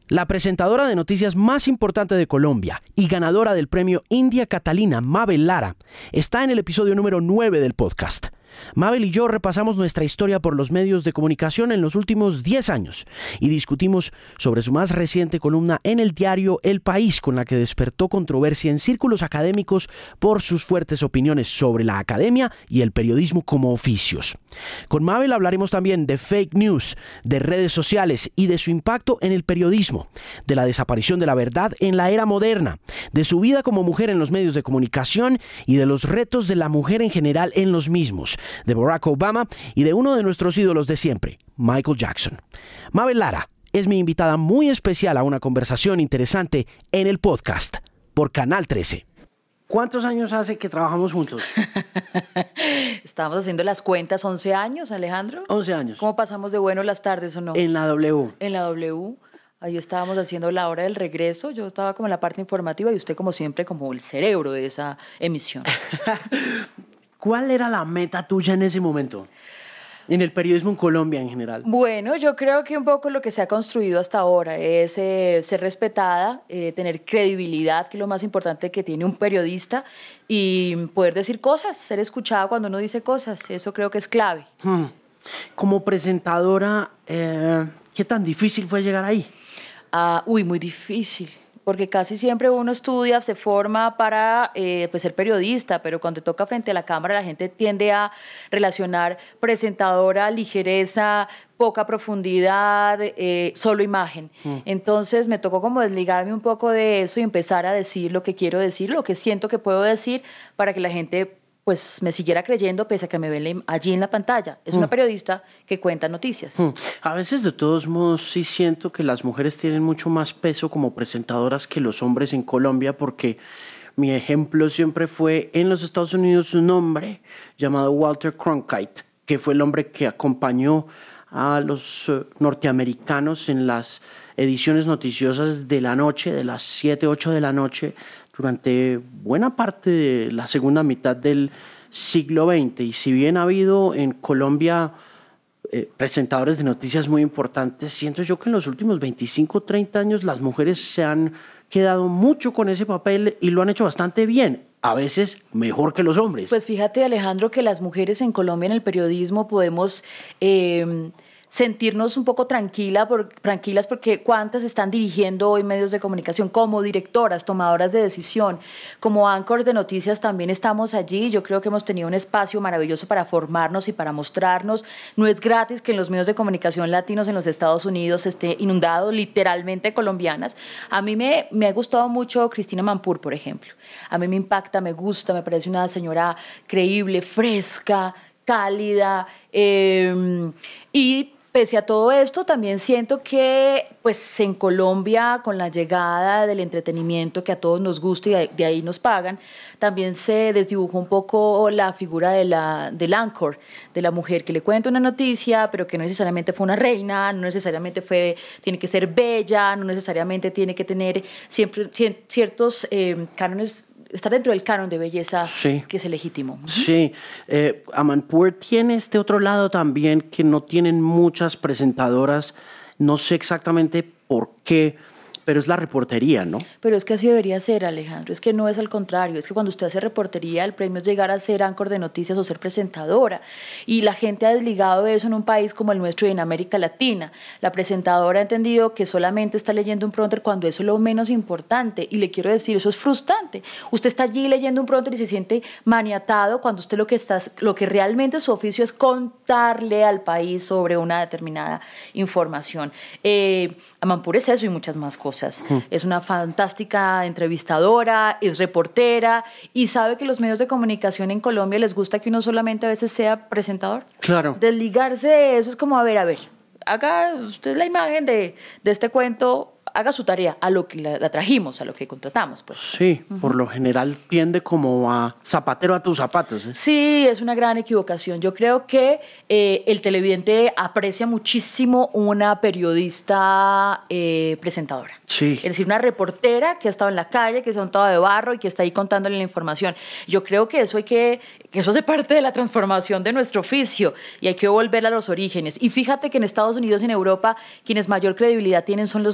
La presentadora de noticias más importante de Colombia y ganadora del premio India Catalina, Mabel Lara, está en el episodio número 9 del podcast. Mabel y yo repasamos nuestra historia por los medios de comunicación en los últimos 10 años y discutimos sobre su más reciente columna en el diario El País, con la que despertó controversia en círculos académicos por sus fuertes opiniones sobre la academia y el periodismo como oficios. Con Mabel hablaremos también de fake news, de redes sociales y de su impacto en el periodismo, de la desaparición de la verdad en la era moderna, de su vida como mujer en los medios de comunicación y de los retos de la mujer en general en los mismos, de Barack Obama y de uno de nuestros ídolos de siempre, Michael Jackson. Mabel Lara es mi invitada muy especial a una conversación interesante en el podcast por Canal 13. ¿Cuántos años hace que trabajamos juntos? Estábamos haciendo las cuentas, 11 años, Alejandro. 11 años. ¿Cómo pasamos de bueno las tardes o no? En la W. En la W. Ahí estábamos haciendo la hora del regreso. Yo estaba como en la parte informativa y usted, como siempre, como el cerebro de esa emisión. ¿Cuál era la meta tuya en ese momento? En el periodismo en Colombia en general. Bueno, yo creo que un poco lo que se ha construido hasta ahora es ser respetada, tener credibilidad, que es lo más importante que tiene un periodista, y poder decir cosas, ser escuchada cuando uno dice cosas. Eso creo que es clave. Como presentadora, ¿qué tan difícil fue llegar ahí? Muy difícil. Porque casi siempre uno estudia, se forma para ser periodista, pero cuando toca frente a la cámara la gente tiende a relacionar presentadora, ligereza, poca profundidad, solo imagen. Entonces me tocó como desligarme un poco de eso y empezar a decir lo que quiero decir, lo que siento que puedo decir, para que la gente pues me siguiera creyendo pese a que me ven allí en la pantalla. Es una periodista que cuenta noticias. A veces, de todos modos, sí siento que las mujeres tienen mucho más peso como presentadoras que los hombres en Colombia, porque mi ejemplo siempre fue en los Estados Unidos un hombre llamado Walter Cronkite, que fue el hombre que acompañó a los norteamericanos en las ediciones noticiosas de la noche, de las 7, 8 de la noche, durante buena parte de la segunda mitad del siglo XX. Y si bien ha habido en Colombia presentadores de noticias muy importantes, siento yo que en los últimos 25, 30 años las mujeres se han quedado mucho con ese papel y lo han hecho bastante bien. A veces mejor que los hombres. Pues fíjate, Alejandro, que las mujeres en Colombia en el periodismo podemos sentirnos un poco tranquilas porque cuántas están dirigiendo hoy medios de comunicación como directoras, tomadoras de decisión, como anchors de noticias también estamos allí. Yo creo que hemos tenido un espacio maravilloso para formarnos y para mostrarnos. No es gratis que en los medios de comunicación latinos en los Estados Unidos esté inundado literalmente colombianas. A mí me ha gustado mucho Cristina Mampur, por ejemplo. A mí me impacta, me gusta, me parece una señora creíble, fresca, cálida, y pese a todo esto, también siento que pues, en Colombia, con la llegada del entretenimiento que a todos nos gusta y de ahí nos pagan, también se desdibujó un poco la figura del anchor, de la mujer que le cuenta una noticia, pero que no necesariamente fue una reina, no necesariamente tiene que ser bella, no necesariamente tiene que tener siempre ciertos cánones, estar dentro del canon de belleza, sí, que es el legítimo. Sí, Amanpour tiene este otro lado también que no tienen muchas presentadoras, no sé exactamente por qué, pero es la reportería, ¿no? Pero es que así debería ser, Alejandro, es que no es al contrario, es que cuando usted hace reportería el premio es llegar a ser anchor de noticias o ser presentadora, y la gente ha desligado eso en un país como el nuestro y en América Latina. La presentadora ha entendido que solamente está leyendo un prompter cuando eso es lo menos importante, y le quiero decir, eso es frustrante. Usted está allí leyendo un prompter y se siente maniatado cuando usted lo que realmente su oficio es contarle al país sobre una determinada información. Amanpour es eso y muchas más cosas. Es una fantástica entrevistadora, es reportera y sabe que los medios de comunicación en Colombia les gusta que uno solamente a veces sea presentador. Claro. Desligarse de eso es como, a ver, haga usted la imagen de este cuento, haga su tarea, a lo que la trajimos, a lo que contratamos. Pues. Sí, por lo general tiende como a zapatero a tus zapatos. Sí, es una gran equivocación. Yo creo que el televidente aprecia muchísimo una periodista presentadora. Sí. Es decir, una reportera que ha estado en la calle, que se ha untado de barro y que está ahí contándole la información. Yo creo que eso hace parte de la transformación de nuestro oficio y hay que volver a los orígenes. Y fíjate que en Estados Unidos y en Europa quienes mayor credibilidad tienen son los más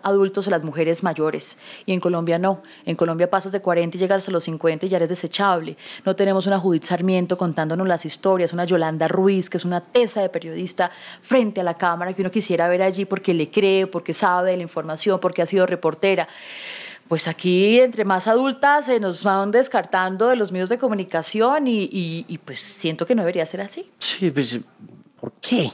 adultos las mujeres mayores. Y en Colombia no. En Colombia pasas de 40 y llegas a los 50 y ya eres desechable. No tenemos una Judith Sarmiento contándonos las historias, una Yolanda Ruiz, que es una tesa de periodista frente a la cámara que uno quisiera ver allí porque le cree, porque sabe de la información, porque ha sido reportera. Pues aquí, entre más adultas, se nos van descartando de los medios de comunicación y pues siento que no debería ser así. Sí, pues, ¿por qué?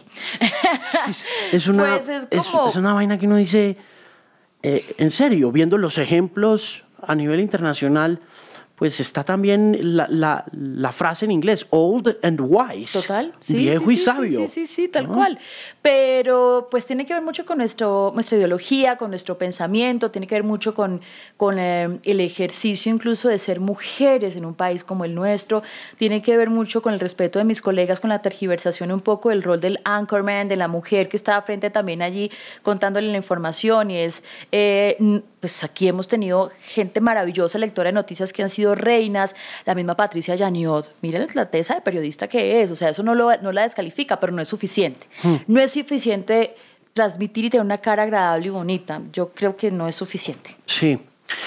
Es una, Pues es como... es una vaina que uno dice, en serio, viendo los ejemplos a nivel internacional, pues está también la frase en inglés, old and wise. Total, sí, viejo sí, y sí, sabio. Sí, tal cual. Pero pues tiene que ver mucho con nuestra ideología, con nuestro pensamiento, tiene que ver mucho con el ejercicio incluso de ser mujeres en un país como el nuestro, tiene que ver mucho con el respeto de mis colegas, con la tergiversación un poco del rol del anchorman, de la mujer que está frente también allí contándole la información y es... pues aquí hemos tenido gente maravillosa, lectora de noticias que han sido reinas, la misma Patricia Yaniot, miren la tesa de periodista que es, o sea, eso no la descalifica, pero no es suficiente. No es suficiente transmitir y tener una cara agradable y bonita, yo creo que no es suficiente. Sí.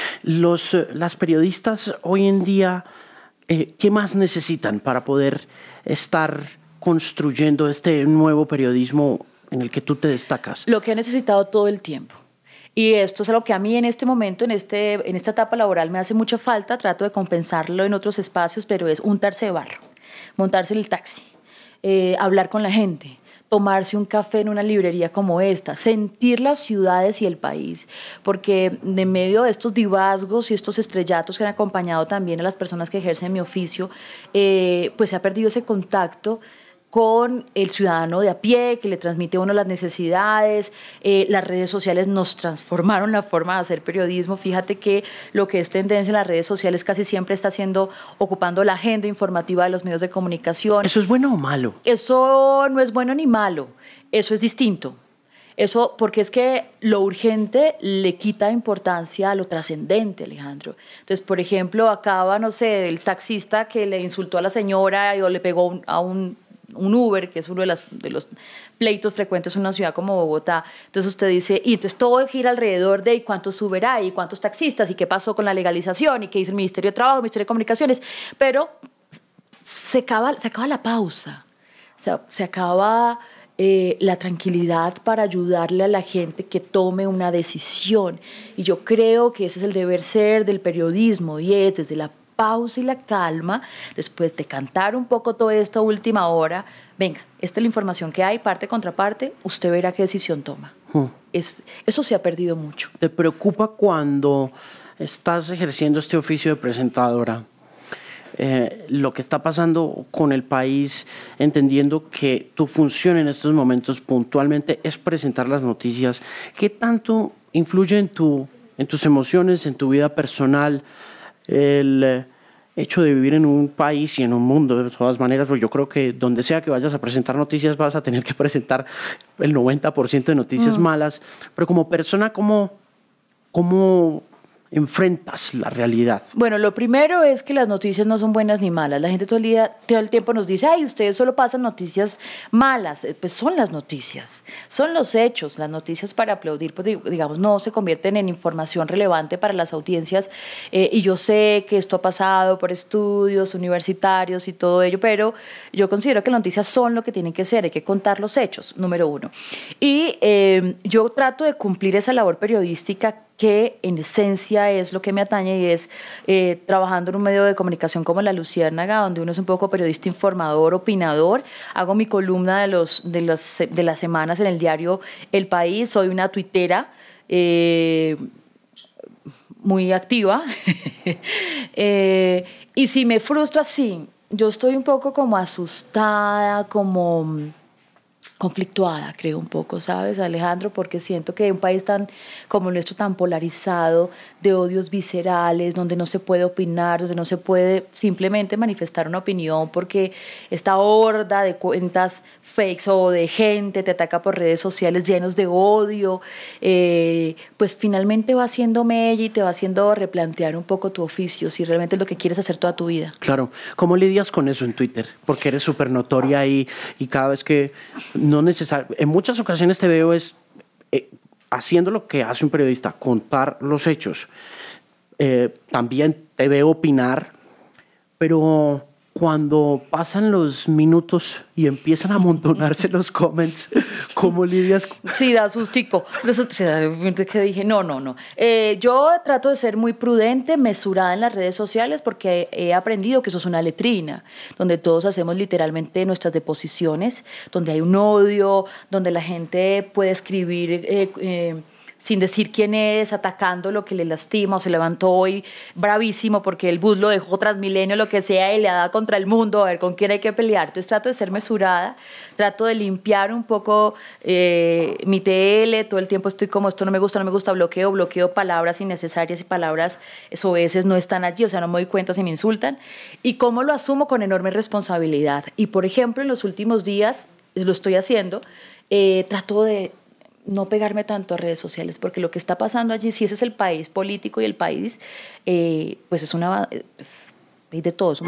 Las periodistas hoy en día, ¿qué más necesitan para poder estar construyendo este nuevo periodismo en el que tú te destacas? Lo que he necesitado todo el tiempo. Y esto es algo que a mí en este momento, en esta etapa laboral me hace mucha falta, trato de compensarlo en otros espacios, pero es untarse de barro, montarse en el taxi, hablar con la gente, tomarse un café en una librería como esta, sentir las ciudades y el país, porque en medio de estos divasgos y estos estrellatos que han acompañado también a las personas que ejercen mi oficio, pues se ha perdido ese contacto con el ciudadano de a pie, que le transmite a uno las necesidades. Las redes sociales nos transformaron la forma de hacer periodismo. Fíjate que lo que es tendencia en las redes sociales casi siempre está ocupando la agenda informativa de los medios de comunicación. ¿Eso es bueno o malo? Eso no es bueno ni malo, eso es distinto. Eso porque es que lo urgente le quita importancia a lo trascendente, Alejandro. Entonces, por ejemplo, acaba, no sé, el taxista que le insultó a la señora o le pegó a un Uber, que es uno de los pleitos frecuentes en una ciudad como Bogotá. Entonces usted dice, y entonces todo gira alrededor de ¿y cuántos Uber hay? ¿Y cuántos taxistas? ¿Y qué pasó con la legalización? ¿Y qué dice el Ministerio de Trabajo, el Ministerio de Comunicaciones? Pero se acaba la pausa, se acaba la tranquilidad para ayudarle a la gente que tome una decisión. Y yo creo que ese es el deber ser del periodismo, y es desde la pausa y la calma, después de cantar un poco toda esta última hora, venga, esta es la información que hay, parte contra parte, usted verá qué decisión toma. Eso se ha perdido mucho. ¿Te preocupa cuando estás ejerciendo este oficio de presentadora? Lo que está pasando con el país, entendiendo que tu función en estos momentos puntualmente es presentar las noticias, ¿qué tanto influye en tus emociones, en tu vida personal, el hecho de vivir en un país y en un mundo? De todas maneras, pues yo creo que donde sea que vayas a presentar noticias vas a tener que presentar el 90% de noticias malas, pero como persona, ¿cómo enfrentas la realidad? Bueno, lo primero es que las noticias no son buenas ni malas. La gente todo el tiempo nos dice, ay, ustedes solo pasan noticias malas. Pues son las noticias, son los hechos. Las noticias para aplaudir, pues digamos, no se convierten en información relevante para las audiencias. Y yo sé que esto ha pasado por estudios universitarios y todo ello, pero yo considero que las noticias son lo que tienen que ser. Hay que contar los hechos, número uno. Y yo trato de cumplir esa labor periodística que en esencia es lo que me atañe, y es trabajando en un medio de comunicación como La Luciérnaga, donde uno es un poco periodista informador, opinador. Hago mi columna de las semanas en el diario El País. Soy una tuitera muy activa. Y si me frustra, sí, yo estoy un poco como asustada, como conflictuada, creo un poco, ¿sabes, Alejandro? Porque siento que un país tan como el nuestro, tan polarizado, de odios viscerales, donde no se puede opinar, donde no se puede simplemente manifestar una opinión porque esta horda de cuentas fakes o de gente te ataca por redes sociales llenos de odio, pues finalmente va haciendo mella y te va haciendo replantear un poco tu oficio, si realmente es lo que quieres hacer toda tu vida. Claro. ¿Cómo lidias con eso en Twitter? Porque eres súper notoria y cada vez que... No necesario. En muchas ocasiones te veo haciendo lo que hace un periodista, contar los hechos. También te veo opinar, pero cuando pasan los minutos y empiezan a amontonarse los comments, ¿cómo lidias? Sí, da sustico. Que dije, no. Yo trato de ser muy prudente, mesurada en las redes sociales, porque he aprendido que eso es una letrina, donde todos hacemos literalmente nuestras deposiciones, donde hay un odio, donde la gente puede escribir sin decir quién es, atacando lo que le lastima, o se levantó hoy bravísimo porque el bus lo dejó Transmilenio, lo que sea, y le ha dado contra el mundo, a ver con quién hay que pelear. Entonces trato de ser mesurada, trato de limpiar un poco mi TL, todo el tiempo estoy como, esto no me gusta, bloqueo palabras innecesarias y palabras soeces no están allí, o sea, no me doy cuenta si me insultan. Y cómo lo asumo con enorme responsabilidad. Y, por ejemplo, en los últimos días, lo estoy haciendo, trato de no pegarme tanto a redes sociales, porque lo que está pasando allí, si ese es el país político y el país, pues es una... Pues, hay de todo.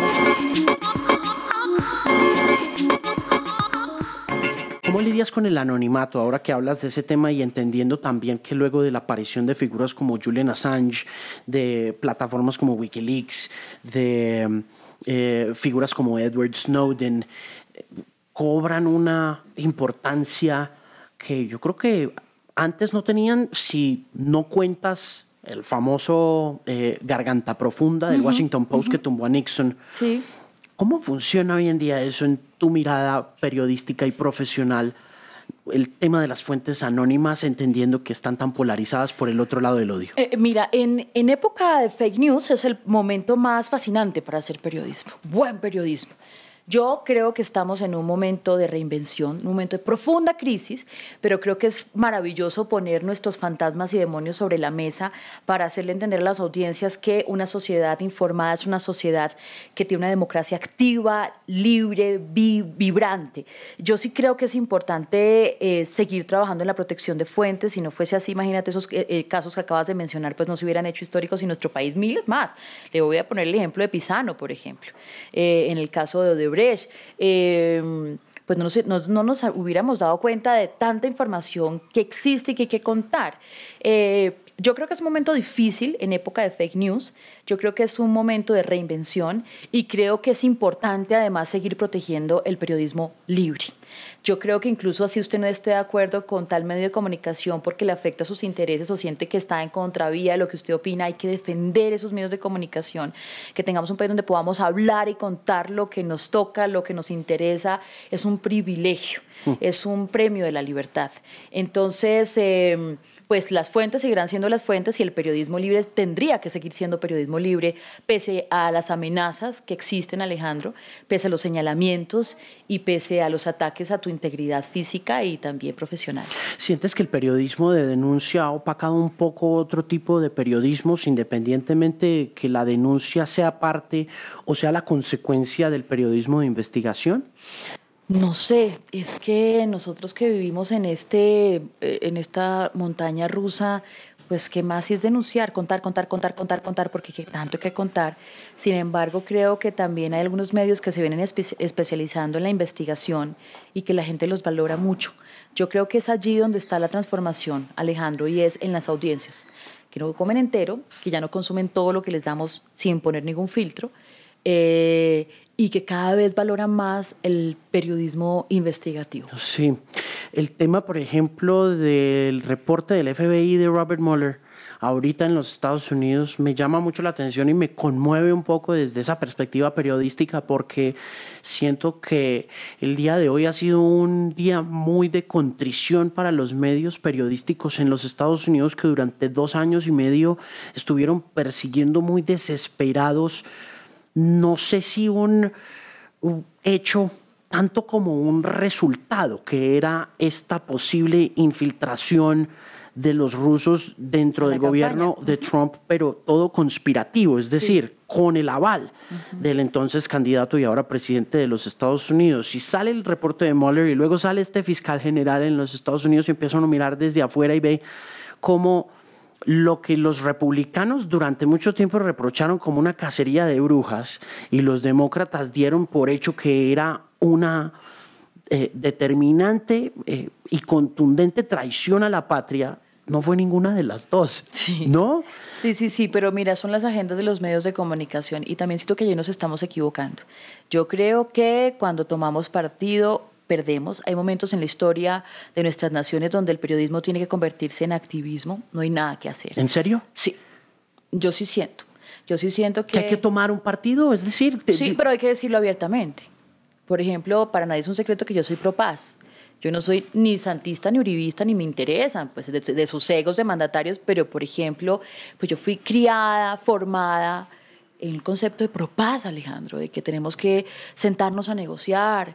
¿Cómo lidias con el anonimato ahora que hablas de ese tema y entendiendo también que luego de la aparición de figuras como Julian Assange, de plataformas como Wikileaks, de figuras como Edward Snowden, cobran una importancia que yo creo que antes no tenían si no cuentas el famoso Garganta Profunda del Washington Post que tumbó a Nixon? Sí. ¿Cómo funciona hoy en día eso en tu mirada periodística y profesional? El tema de las fuentes anónimas, entendiendo que están tan polarizadas por el otro lado del odio. Mira, en época de fake news es el momento más fascinante para hacer periodismo, buen periodismo. Yo creo que estamos en un momento de reinvención, un momento de profunda crisis, pero creo que es maravilloso poner nuestros fantasmas y demonios sobre la mesa para hacerle entender a las audiencias que una sociedad informada es una sociedad que tiene una democracia activa, libre, vibrante. Yo sí creo que es importante seguir trabajando en la protección de fuentes. Si no fuese así, imagínate esos casos que acabas de mencionar, pues no se hubieran hecho históricos y nuestro país miles más. Le voy a poner el ejemplo de Pisano, por ejemplo. En el caso de Odebrecht, pues no nos hubiéramos dado cuenta de tanta información que existe y que hay que contar. Yo creo que es un momento difícil en época de fake news. Yo creo que es un momento de reinvención y creo que es importante además seguir protegiendo el periodismo libre. Yo creo que incluso así usted no esté de acuerdo con tal medio de comunicación porque le afecta a sus intereses o siente que está en contravía de lo que usted opina, hay que defender esos medios de comunicación, que tengamos un país donde podamos hablar y contar lo que nos toca, lo que nos interesa, es un privilegio, es un premio de la libertad. Entonces, pues las fuentes seguirán siendo las fuentes y el periodismo libre tendría que seguir siendo periodismo libre pese a las amenazas que existen, Alejandro, pese a los señalamientos y pese a los ataques a tu integridad física y también profesional. ¿Sientes que el periodismo de denuncia ha opacado un poco otro tipo de periodismos, independientemente de que la denuncia sea parte o sea la consecuencia del periodismo de investigación? No sé, es que nosotros que vivimos en esta montaña rusa, pues qué más si es denunciar, contar, porque qué tanto hay que contar. Sin embargo, creo que también hay algunos medios que se vienen especializando en la investigación y que la gente los valora mucho. Yo creo que es allí donde está la transformación, Alejandro, y es en las audiencias, que no comen entero, que ya no consumen todo lo que les damos sin poner ningún filtro, y que cada vez valoran más el periodismo investigativo. Sí, el tema, por ejemplo, del reporte del FBI de Robert Mueller ahorita en los Estados Unidos me llama mucho la atención y me conmueve un poco desde esa perspectiva periodística, porque siento que el día de hoy ha sido un día muy de contrición para los medios periodísticos en los Estados Unidos, que durante 2 años y medio estuvieron persiguiendo muy desesperados, no sé si un hecho tanto como un resultado, que era esta posible infiltración de los rusos dentro del gobierno de Trump, pero todo conspirativo, es decir, con el aval del entonces candidato y ahora presidente de los Estados Unidos. Y sale el reporte de Mueller y luego sale este fiscal general en los Estados Unidos y empiezan a mirar desde afuera y ve cómo lo que los republicanos durante mucho tiempo reprocharon como una cacería de brujas y los demócratas dieron por hecho que era una determinante y contundente traición a la patria, no fue ninguna de las dos, Sí. ¿no? Sí, pero mira, son las agendas de los medios de comunicación y también siento que allí nos estamos equivocando. Yo creo que cuando tomamos partido perdemos. Hay momentos en la historia de nuestras naciones donde el periodismo tiene que convertirse en activismo, no hay nada que hacer. ¿En serio? Sí, yo sí siento que... ¿Que hay que tomar un partido? Es decir... Sí, pero hay que decirlo abiertamente. Por ejemplo, para nadie es un secreto que yo soy pro paz. Yo no soy ni santista ni uribista, ni me interesan pues, de sus egos de mandatarios, pero, por ejemplo, pues yo fui criada, formada en el concepto de pro paz, Alejandro, de que tenemos que sentarnos a negociar.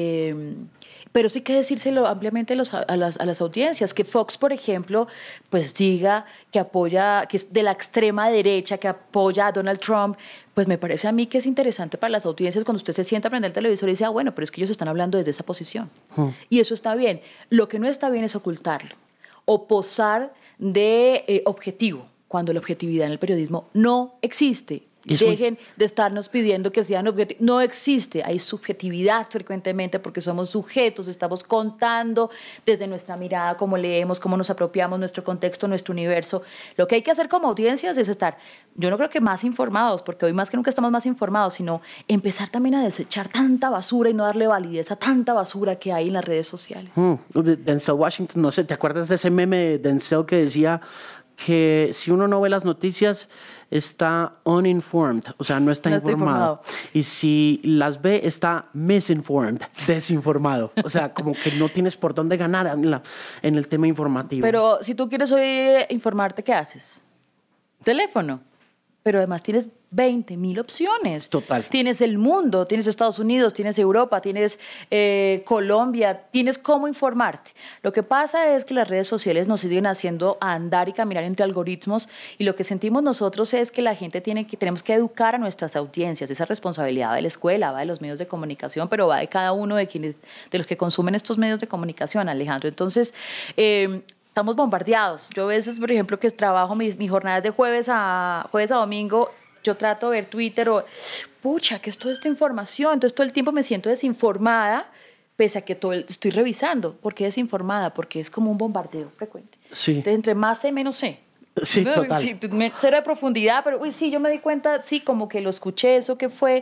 Pero sí hay que decírselo ampliamente a las audiencias, que Fox, por ejemplo, pues diga que apoya, que es de la extrema derecha, que apoya a Donald Trump, pues me parece a mí que es interesante para las audiencias cuando usted se sienta a prender el televisor y dice, bueno, pero es que ellos están hablando desde esa posición. Y eso está bien. Lo que no está bien es ocultarlo o posar de objetivo, cuando la objetividad en el periodismo no existe. Dejen de estarnos pidiendo que sean objetivos. No existe, hay subjetividad frecuentemente porque somos sujetos, estamos contando desde nuestra mirada cómo leemos, cómo nos apropiamos nuestro contexto, nuestro universo. Lo que hay que hacer como audiencias es estar, yo no creo que más informados, porque hoy más que nunca estamos más informados, sino empezar también a desechar tanta basura y no darle validez a tanta basura que hay en las redes sociales. Denzel Washington, no sé, ¿te acuerdas de ese meme de Denzel que decía que si uno no ve las noticias está uninformed, o sea, no está informado. Y si las ve, está misinformed, desinformado. O sea, como que no tienes por dónde ganar en el tema informativo. Pero si tú quieres hoy informarte, ¿qué haces? Teléfono. Pero además tienes 20.000 opciones. Total. Tienes el mundo, tienes Estados Unidos, tienes Europa, tienes Colombia, tienes cómo informarte. Lo que pasa es que las redes sociales nos siguen haciendo andar y caminar entre algoritmos y lo que sentimos nosotros es que la gente tenemos que educar a nuestras audiencias. Esa responsabilidad va de la escuela, va de los medios de comunicación, pero va de cada uno de los que consumen estos medios de comunicación, Alejandro. Entonces, estamos bombardeados. Yo a veces, por ejemplo, que trabajo mis jornadas de jueves a domingo, yo trato de ver Twitter o, pucha, ¿qué es toda esta información? Entonces todo el tiempo me siento desinformada, pese a que estoy revisando. ¿Por qué desinformada? Porque es como un bombardeo frecuente. Sí. Entonces, entre más sé, menos sé. Sí, total. Sí, cero de profundidad, pero sí, yo me di cuenta, sí, como que lo escuché, eso que fue.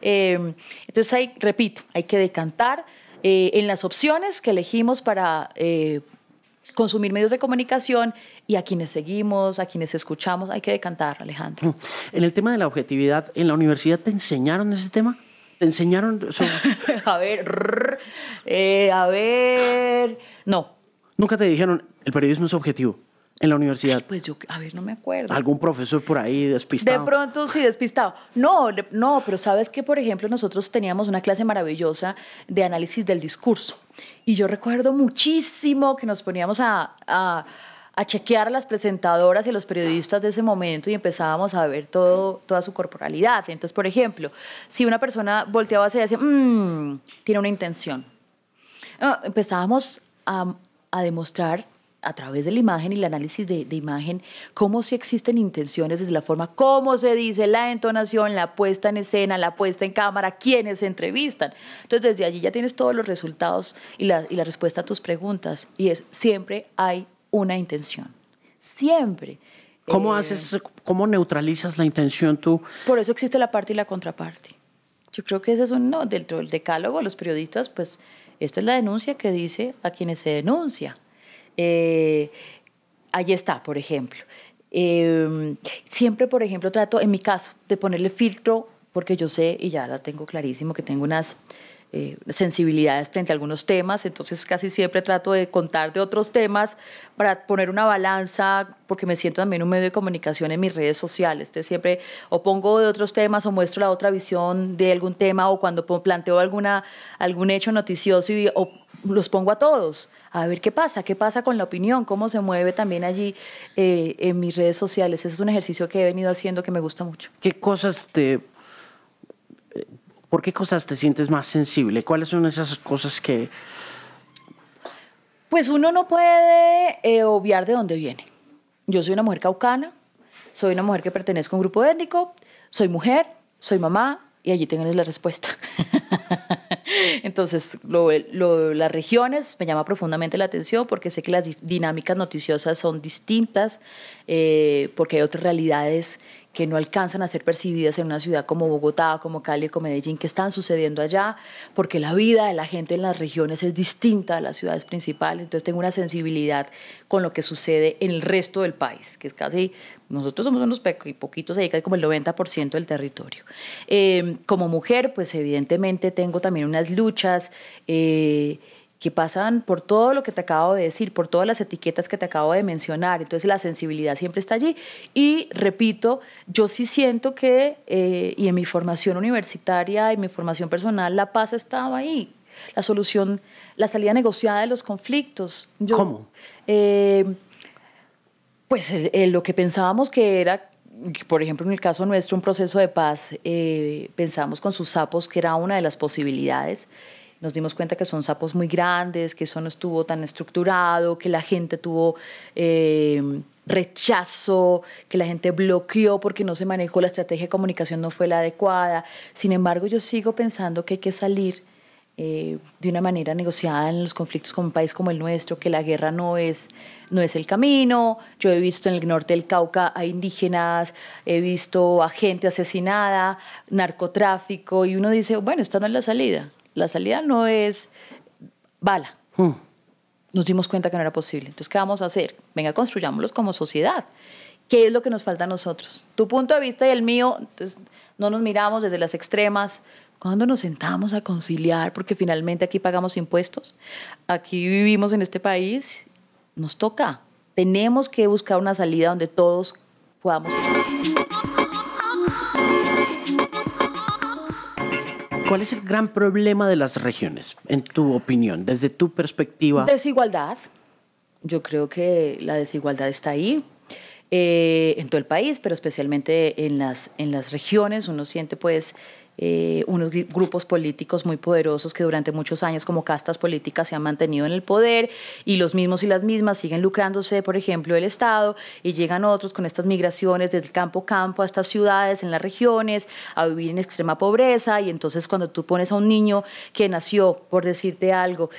Entonces, repito, hay que decantar en las opciones que elegimos para consumir medios de comunicación y a quienes seguimos, a quienes escuchamos, hay que decantar, Alejandro. En el tema de la objetividad, ¿en la universidad te enseñaron ese tema? ¿Te enseñaron sobre... a ver, no. ¿Nunca te dijeron el periodismo es objetivo en la universidad? Ay, pues yo, no me acuerdo. ¿Algún profesor por ahí despistado? De pronto sí, despistado. No, pero sabes que, por ejemplo, nosotros teníamos una clase maravillosa de análisis del discurso. Y yo recuerdo muchísimo que nos poníamos a chequear a las presentadoras y a los periodistas de ese momento y empezábamos a ver toda su corporalidad. Entonces, por ejemplo, si una persona volteaba hacia y decía, tiene una intención. Empezábamos a demostrar a través de la imagen y el análisis de imagen, cómo sí existen intenciones desde la forma, cómo se dice, la entonación, la puesta en escena, la puesta en cámara, quiénes se entrevistan. Entonces, desde allí ya tienes todos los resultados y la respuesta a tus preguntas. Y es, siempre hay una intención. Siempre. ¿Cómo neutralizas la intención tú? Por eso existe la parte y la contraparte. Yo creo que ese es dentro del decálogo, los periodistas, pues, esta es la denuncia que dice a quienes se denuncia. Ahí está, por ejemplo. Siempre, por ejemplo, trato, en mi caso, de ponerle filtro, porque yo sé, y ya la tengo clarísimo, que tengo unas sensibilidades frente a algunos temas, entonces casi siempre trato de contar de otros temas para poner una balanza, porque me siento también un medio de comunicación en mis redes sociales. Entonces siempre o pongo de otros temas o muestro la otra visión de algún tema o cuando planteo algún hecho noticioso o los pongo a todos. A ver qué pasa con la opinión, cómo se mueve también allí en mis redes sociales. Ese es un ejercicio que he venido haciendo que me gusta mucho. ¿Por qué cosas te sientes más sensible? ¿Cuáles son esas cosas que...? Pues uno no puede obviar de dónde viene. Yo soy una mujer caucana, soy una mujer que pertenezco a un grupo étnico, soy mujer, soy mamá y allí tenés la respuesta. Entonces, las regiones me llama profundamente la atención porque sé que las dinámicas noticiosas son distintas, porque hay otras realidades que no alcanzan a ser percibidas en una ciudad como Bogotá, como Cali, como Medellín, que están sucediendo allá, porque la vida de la gente en las regiones es distinta a las ciudades principales. Entonces tengo una sensibilidad con lo que sucede en el resto del país, que es casi, nosotros somos unos poquitos, ahí casi como el 90% del territorio. Como mujer, pues evidentemente tengo también unas luchas que pasan por todo lo que te acabo de decir, por todas las etiquetas que te acabo de mencionar. Entonces la sensibilidad siempre está allí. Y repito, yo sí siento que, y en mi formación universitaria y mi formación personal, la paz estaba ahí. La solución, la salida negociada de los conflictos. ¿Cómo? Pues lo que pensábamos que era, por ejemplo, en el caso nuestro, un proceso de paz, pensamos con sus sapos que era una de las posibilidades. Nos dimos cuenta que son sapos muy grandes, que eso no estuvo tan estructurado, que la gente tuvo rechazo, que la gente bloqueó porque no se manejó, la estrategia de comunicación no fue la adecuada. Sin embargo, yo sigo pensando que hay que salir de una manera negociada en los conflictos con un país como el nuestro, que la guerra no es el camino. Yo he visto en el norte del Cauca a indígenas, he visto a gente asesinada, narcotráfico, y uno dice, bueno, esta no es la salida. La salida no es bala. Nos dimos cuenta que no era posible. Entonces, ¿qué vamos a hacer? Venga, construyámoslos como sociedad. ¿Qué es lo que nos falta a nosotros? Tu punto de vista y el mío, entonces, no nos miramos desde las extremas. ¿Cuándo nos sentamos a conciliar? Porque finalmente aquí pagamos impuestos, aquí vivimos en este país, nos toca. Tenemos que buscar una salida donde todos podamos estar. ¿Cuál es el gran problema de las regiones, en tu opinión, desde tu perspectiva? Desigualdad. Yo creo que la desigualdad está ahí, en todo el país, pero especialmente en las regiones. Uno siente pues unos grupos políticos muy poderosos que durante muchos años como castas políticas se han mantenido en el poder, y los mismos y las mismas siguen lucrándose, por ejemplo, del Estado, y llegan otros con estas migraciones desde el campo a estas ciudades, en las regiones, a vivir en extrema pobreza. Y entonces cuando tú pones a un niño que nació, por decirte algo,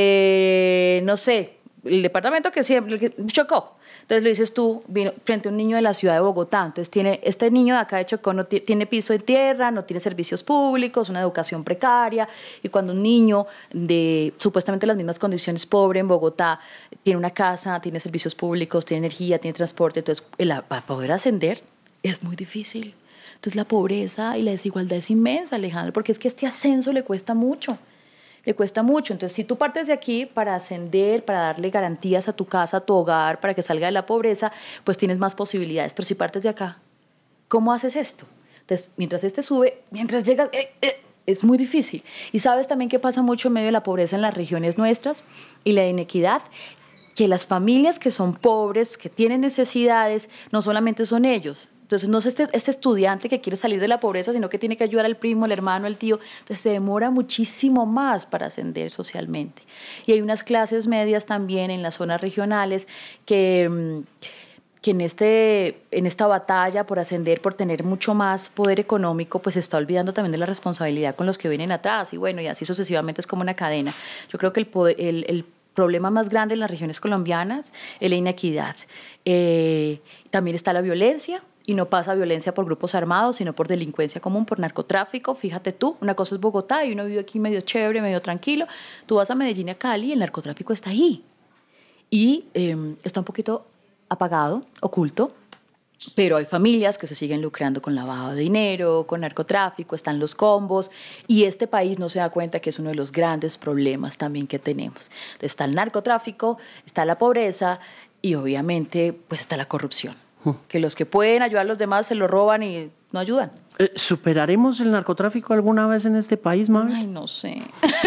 no sé, el departamento que siempre, Chocó. Entonces lo dices tú, vino frente a un niño de la ciudad de Bogotá. Entonces este niño de acá de Chocó no tiene piso de tierra, no tiene servicios públicos, una educación precaria. Y cuando un niño de supuestamente las mismas condiciones, pobre en Bogotá, tiene una casa, tiene servicios públicos, tiene energía, tiene transporte, entonces para poder ascender es muy difícil. Entonces la pobreza y la desigualdad es inmensa, Alejandro, porque es que este ascenso le cuesta mucho. Le cuesta mucho. Entonces, si tú partes de aquí para ascender, para darle garantías a tu casa, a tu hogar, para que salga de la pobreza, pues tienes más posibilidades. Pero si partes de acá, ¿cómo haces esto? Entonces, mientras este sube, mientras llegas, es muy difícil. Y sabes también que pasa mucho en medio de la pobreza en las regiones nuestras y la inequidad, que las familias que son pobres, que tienen necesidades, no solamente son ellos. Entonces no es este estudiante que quiere salir de la pobreza, sino que tiene que ayudar al primo, al hermano, al tío. Entonces se demora muchísimo más para ascender socialmente. Y hay unas clases medias también en las zonas regionales que en esta batalla por ascender, por tener mucho más poder económico, pues se está olvidando también de la responsabilidad con los que vienen atrás. Y bueno, y así sucesivamente es como una cadena. Yo creo que el problema más grande en las regiones colombianas es la inequidad. También está la violencia. Y no pasa violencia por grupos armados, sino por delincuencia común, por narcotráfico. Fíjate tú, una cosa es Bogotá y uno vive aquí medio chévere, medio tranquilo. Tú vas a Medellín y a Cali y el narcotráfico está ahí. Y está un poquito apagado, oculto, pero hay familias que se siguen lucrando con lavado de dinero, con narcotráfico, están los combos, y este país no se da cuenta que es uno de los grandes problemas también que tenemos. Entonces está el narcotráfico, está la pobreza y obviamente pues está la corrupción. Que los que pueden ayudar a los demás se lo roban y no ayudan. ¿Superaremos el narcotráfico alguna vez en este país, Mabel? Ay, no sé.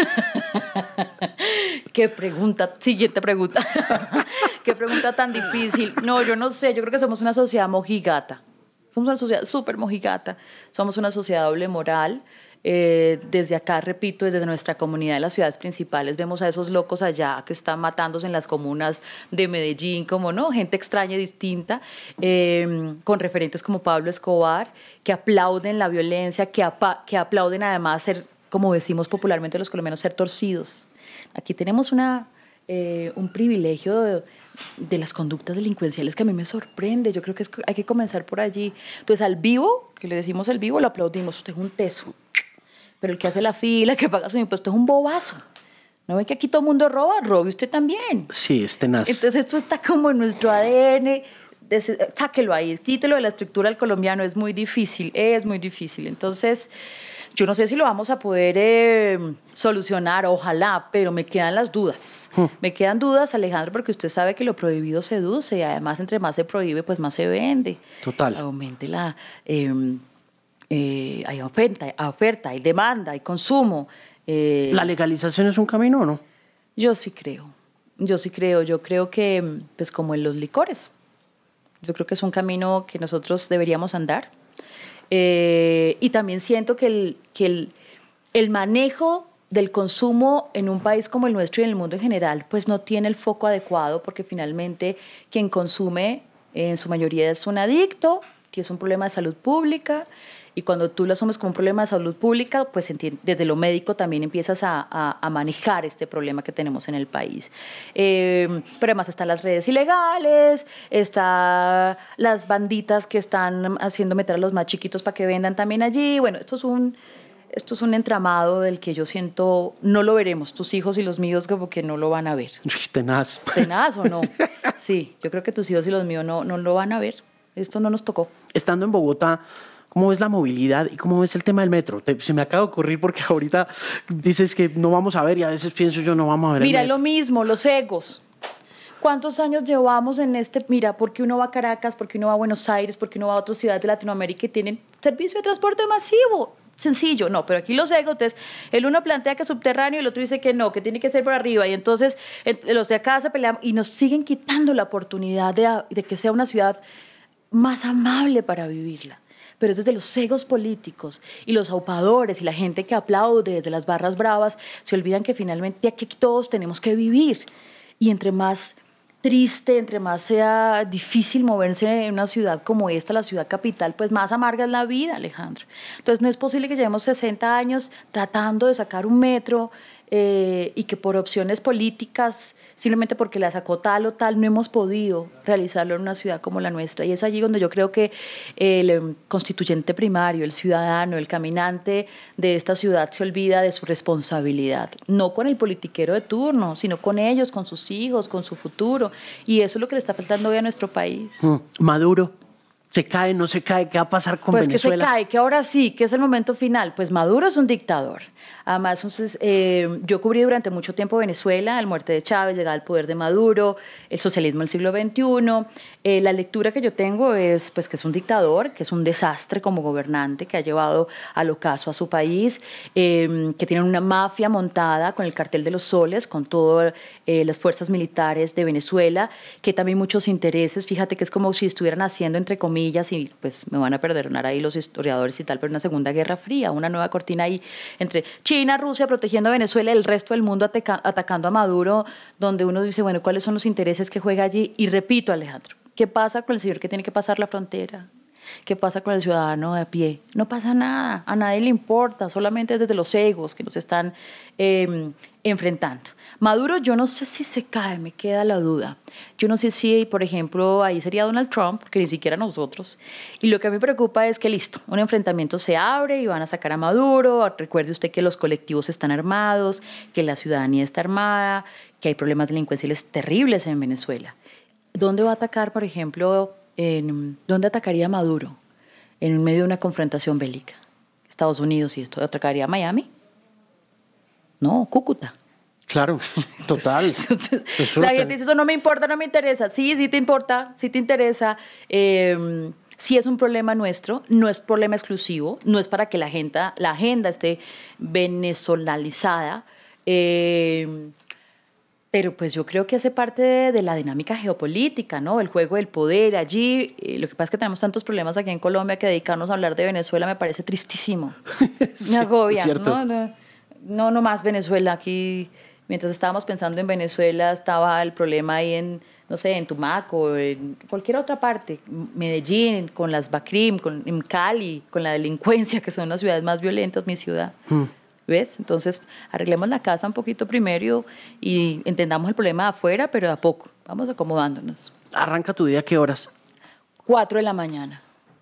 Qué pregunta, siguiente pregunta. Qué pregunta tan difícil. No, yo no sé, yo creo que somos una sociedad mojigata. Somos una sociedad súper mojigata. Somos una sociedad doble moral. Desde acá, repito, desde nuestra comunidad de las ciudades principales, vemos a esos locos allá que están matándose en las comunas de Medellín, como no, gente extraña y distinta, con referentes como Pablo Escobar, que aplauden la violencia, que aplauden además ser como decimos popularmente los colombianos, ser torcidos. Aquí tenemos un privilegio de las conductas delincuenciales que a mí me sorprende. Yo creo que hay que comenzar por allí. Entonces, al vivo, que le decimos el vivo, lo aplaudimos. Usted es un teso. Pero el que hace la fila, el que paga su impuesto, es un bobazo. ¿No ve que aquí todo el mundo roba? Robe usted también. Sí, es tenaz. Entonces, esto está como en nuestro ADN. Sáquelo ahí, quítelo de la estructura del colombiano. Es muy difícil, es muy difícil. Entonces, yo no sé si lo vamos a poder solucionar, ojalá, pero me quedan las dudas. Me quedan dudas, Alejandro, porque usted sabe que lo prohibido seduce y además entre más se prohíbe, pues más se vende. Total. Aumente hay oferta, hay demanda, hay consumo. ¿La legalización es un camino o no? Yo sí creo. Yo creo que, pues como en los licores, yo creo que es un camino que nosotros deberíamos andar. Y también siento que el manejo del consumo en un país como el nuestro y en el mundo en general, pues no tiene el foco adecuado, porque finalmente quien consume en su mayoría es un adicto, que es un problema de salud pública, y cuando tú lo asumes como un problema de salud pública, pues desde lo médico también empiezas a manejar este problema que tenemos en el país. Pero además están las redes ilegales, están las banditas que están haciendo meter a los más chiquitos para que vendan también allí. Bueno, esto es un entramado del que yo siento no lo veremos. Tus hijos y los míos como que no lo van a ver. Tenaz. ¿Tenaz o no? Sí, yo creo que tus hijos y los míos no lo van a ver. Esto no nos tocó. Estando en Bogotá, ¿cómo ves la movilidad y cómo ves el tema del metro? Se me acaba de ocurrir porque ahorita dices que no vamos a ver y a veces pienso yo no vamos a ver Mira, el metro. lo mismo, los egos. ¿Cuántos años llevamos en mira, por qué uno va a Caracas, por qué uno va a Buenos Aires, por qué uno va a otras ciudades de Latinoamérica y tienen servicio de transporte masivo? Sencillo, no, pero aquí los egos, entonces, el uno plantea que es subterráneo y el otro dice que no, que tiene que ser por arriba, y entonces los de acá se pelean y nos siguen quitando la oportunidad de que sea una ciudad más amable para vivirla. Pero es desde los egos políticos y los aupadores y la gente que aplaude desde las barras bravas, se olvidan que finalmente aquí todos tenemos que vivir. Y entre más triste, entre más sea difícil moverse en una ciudad como esta, la ciudad capital, pues más amarga es la vida, Alejandro. Entonces no es posible que llevemos 60 años tratando de sacar un metro y que por opciones políticas, simplemente porque la sacó tal o tal, no hemos podido realizarlo en una ciudad como la nuestra. Y es allí donde yo creo que el constituyente primario, el ciudadano, el caminante de esta ciudad se olvida de su responsabilidad. No con el politiquero de turno, sino con ellos, con sus hijos, con su futuro. Y eso es lo que le está faltando hoy a nuestro país. Maduro. ¿Se cae, no se cae? ¿Qué va a pasar con Venezuela? Pues que se cae, que ahora sí, que es el momento final. Pues Maduro es un dictador. Además, entonces, yo cubrí durante mucho tiempo Venezuela, la muerte de Chávez, llegada al poder de Maduro, el socialismo del siglo XXI. La lectura que yo tengo es pues, que es un dictador, que es un desastre como gobernante, que ha llevado al ocaso a su país, que tiene una mafia montada con el cartel de los soles, con todas las fuerzas militares de Venezuela, que también muchos intereses. Fíjate que es como si estuvieran haciendo, entre comillas, y pues me van a perdonar ahí los historiadores y tal, pero una segunda guerra fría, una nueva cortina ahí entre China, Rusia protegiendo a Venezuela, el resto del mundo atacando a Maduro, donde uno dice, bueno, ¿cuáles son los intereses que juega allí? Y repito, Alejandro, ¿qué pasa con el señor que tiene que pasar la frontera? ¿Qué pasa con el ciudadano de a pie? No pasa nada, a nadie le importa, solamente es desde los egos que nos están enfrentando. Maduro, yo no sé si se cae, me queda la duda. Yo no sé si, por ejemplo, ahí sería Donald Trump, que ni siquiera nosotros. Y lo que a mí me preocupa es que, listo, un enfrentamiento se abre y van a sacar a Maduro. Recuerde usted que los colectivos están armados, que la ciudadanía está armada, que hay problemas delincuenciales terribles en Venezuela. ¿Dónde va a atacar, por ejemplo, dónde atacaría Maduro en medio de una confrontación bélica? Estados Unidos y esto, ¿atacaría Miami? No, Cúcuta. Claro, total. La gente dice, eso no me importa, no me interesa. Sí, sí te importa, sí te interesa. Sí es un problema nuestro, no es problema exclusivo, no es para que la agenda esté venezolanizada, pero pues yo creo que hace parte de la dinámica geopolítica, ¿no? El juego del poder allí. Lo que pasa es que tenemos tantos problemas aquí en Colombia que dedicarnos a hablar de Venezuela me parece tristísimo. Sí, me agobia. cierto. No más Venezuela. Aquí, mientras estábamos pensando en Venezuela, estaba el problema ahí en, no sé, en Tumaco, en cualquier otra parte, Medellín, con las BACRIM, en Cali, con la delincuencia, que son las ciudades más violentas, mi ciudad. ¿Ves? Entonces, arreglemos la casa un poquito primero y entendamos el problema de afuera, pero de a poco. Vamos acomodándonos. ¿Arranca tu día a qué horas? 4 de la mañana.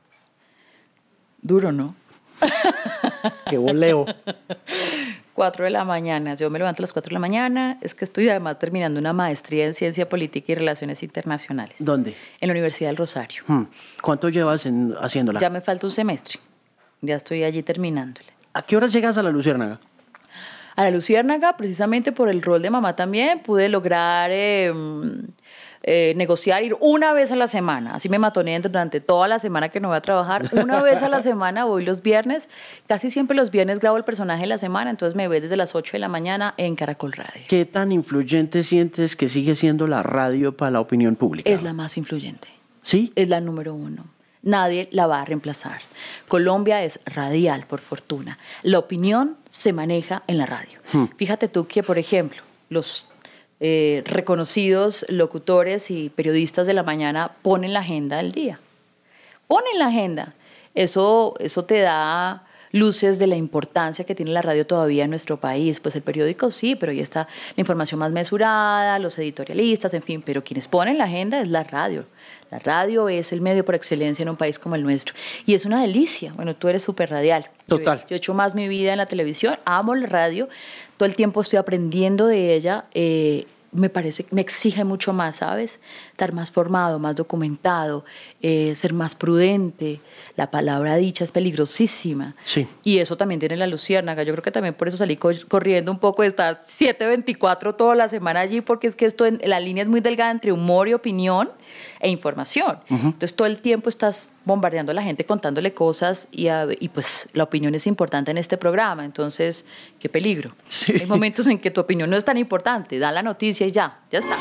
Duro, ¿no? ¡Qué voleo! 4 de la mañana. Yo me levanto a las 4 de la mañana. Es que estoy además terminando una maestría en Ciencia Política y Relaciones Internacionales. ¿Dónde? En la Universidad del Rosario. ¿Cuánto llevas haciéndola? Ya me falta un semestre. Ya estoy allí terminándola. ¿A qué horas llegas a la Luciérnaga? A la Luciérnaga, precisamente por el rol de mamá también, pude lograr negociar ir una vez a la semana. Así me matoné durante toda la semana que no voy a trabajar. Una vez a la semana voy los viernes. Casi siempre los viernes grabo el personaje de la semana, entonces me ves desde las 8 de la mañana en Caracol Radio. ¿Qué tan influyente sientes que sigue siendo la radio para la opinión pública? Es la más influyente. ¿Sí? Es la número 1. Nadie la va a reemplazar. Colombia es radial, por fortuna. La opinión se maneja en la radio. Fíjate tú que, por ejemplo, los reconocidos locutores y periodistas de la mañana ponen la agenda del día. Ponen la agenda. Eso te da luces de la importancia que tiene la radio todavía en nuestro país. Pues el periódico sí, pero ahí está la información más mesurada, los editorialistas, en fin. Pero quienes ponen la agenda es la radio. La radio es el medio por excelencia en un país como el nuestro. Y es una delicia. Bueno, tú eres súper radial. Total. Yo he hecho más mi vida en la televisión. Amo la radio. Todo el tiempo estoy aprendiendo de ella. Me parece, me exige mucho más, ¿sabes? Estar más formado, más documentado, ser más prudente. La palabra dicha es peligrosísima. Sí. Y eso también tiene la Luciérnaga. Yo creo que también por eso salí corriendo un poco de estar 7:24 toda la semana allí, porque es que la línea es muy delgada entre humor y opinión e información. Entonces todo el tiempo estás bombardeando a la gente, contándole cosas y pues la opinión es importante en este programa. Entonces, qué peligro. Sí. Hay momentos en que tu opinión no es tan importante. Da la noticia y ya está.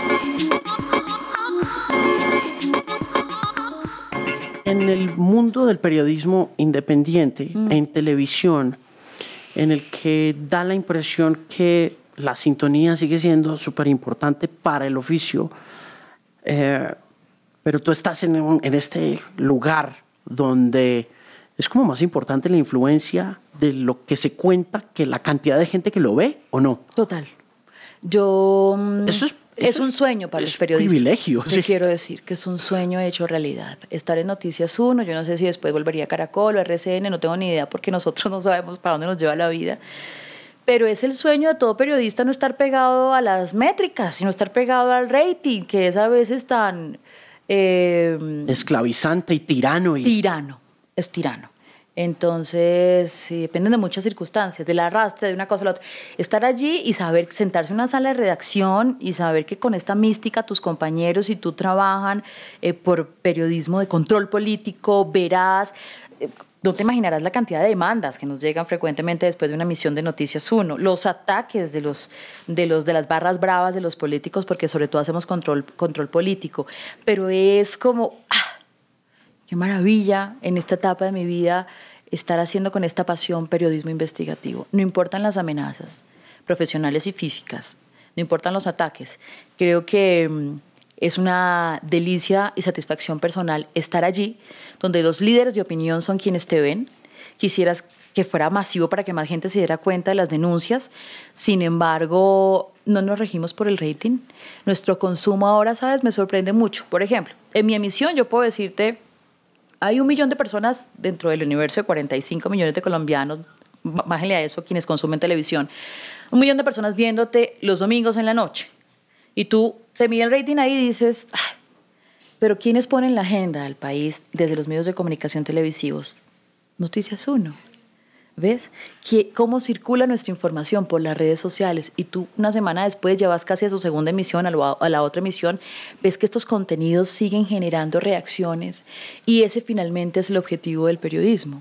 En el mundo del periodismo independiente, en televisión, en el que da la impresión que la sintonía sigue siendo súper importante para el oficio, pero tú estás en este lugar donde es como más importante la influencia de lo que se cuenta que la cantidad de gente que lo ve, ¿o no? Total. Eso es un sueño para los periodistas. Es un privilegio. Sí. Quiero decir que es un sueño hecho realidad. Estar en Noticias 1, yo no sé si después volvería a Caracol o RCN, no tengo ni idea porque nosotros no sabemos para dónde nos lleva la vida. Pero es el sueño de todo periodista no estar pegado a las métricas, sino estar pegado al rating, que es a veces tan... esclavizante y tirano. Es tirano. Entonces, sí, dependen de muchas circunstancias, del arrastre, de una cosa a la otra. Estar allí y saber, sentarse en una sala de redacción y saber que con esta mística tus compañeros y tú trabajan por periodismo de control político, veraz. No te imaginarás la cantidad de demandas que nos llegan frecuentemente después de una emisión de Noticias 1. Los ataques de las barras bravas de los políticos, porque sobre todo hacemos control político. Pero es como... qué maravilla en esta etapa de mi vida estar haciendo con esta pasión periodismo investigativo. No importan las amenazas profesionales y físicas, no importan los ataques. Creo que es una delicia y satisfacción personal estar allí, donde los líderes de opinión son quienes te ven. Quisieras que fuera masivo para que más gente se diera cuenta de las denuncias. Sin embargo, no nos regimos por el rating. Nuestro consumo ahora, ¿sabes? Me sorprende mucho. Por ejemplo, en mi emisión yo puedo decirte... Hay 1 millón de personas dentro del universo de 45 millones de colombianos, bájenle a eso quienes consumen televisión, 1 millón de personas viéndote los domingos en la noche. Y tú te mides el rating ahí y dices, pero ¿quiénes ponen la agenda del país desde los medios de comunicación televisivos? Noticias 1. ¿Ves? Cómo circula nuestra información por las redes sociales y tú una semana después llevas casi a su segunda emisión, a la otra emisión, ves que estos contenidos siguen generando reacciones y ese finalmente es el objetivo del periodismo.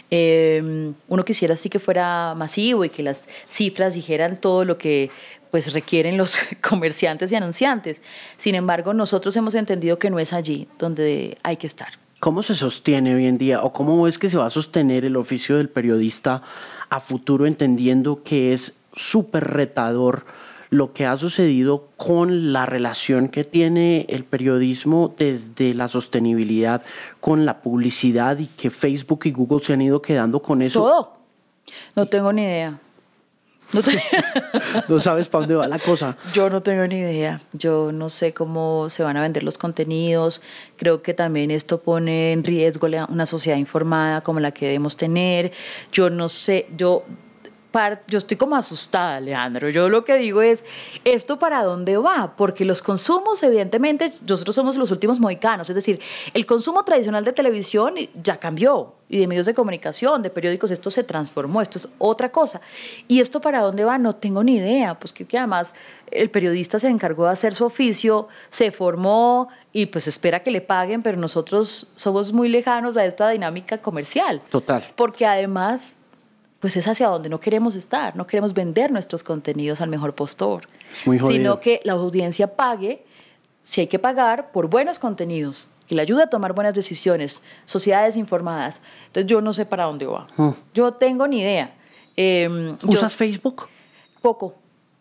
Uno quisiera sí que fuera masivo y que las cifras dijeran todo lo que pues requieren los comerciantes y anunciantes. Sin embargo, nosotros hemos entendido que no es allí donde hay que estar. ¿Cómo se sostiene hoy en día o cómo es que se va a sostener el oficio del periodista a futuro, entendiendo que es súper retador lo que ha sucedido con la relación que tiene el periodismo desde la sostenibilidad con la publicidad y que Facebook y Google se han ido quedando con eso? Todo. No tengo ni idea. No sabes para dónde va la cosa. Yo no tengo ni idea. Yo no sé cómo se van a vender los contenidos. Creo que también esto pone en riesgo una sociedad informada como la que debemos tener. Yo no sé, yo estoy como asustada, Alejandro. Yo lo que digo es, ¿esto para dónde va? Porque los consumos, evidentemente, nosotros somos los últimos mohicanos. Es decir, el consumo tradicional de televisión ya cambió, y de medios de comunicación, de periódicos, esto se transformó, esto es otra cosa. ¿Y esto para dónde va? No tengo ni idea. Pues que además el periodista se encargó de hacer su oficio, se formó y pues espera que le paguen, pero nosotros somos muy lejanos a esta dinámica comercial. Total. Porque además pues es hacia donde no queremos estar, no queremos vender nuestros contenidos al mejor postor, es muy jodido. Sino que la audiencia pague, si hay que pagar, por buenos contenidos, que le ayude a tomar buenas decisiones, sociedades informadas. Entonces yo no sé para dónde va, yo tengo ni idea. ¿Usas Facebook? Poco.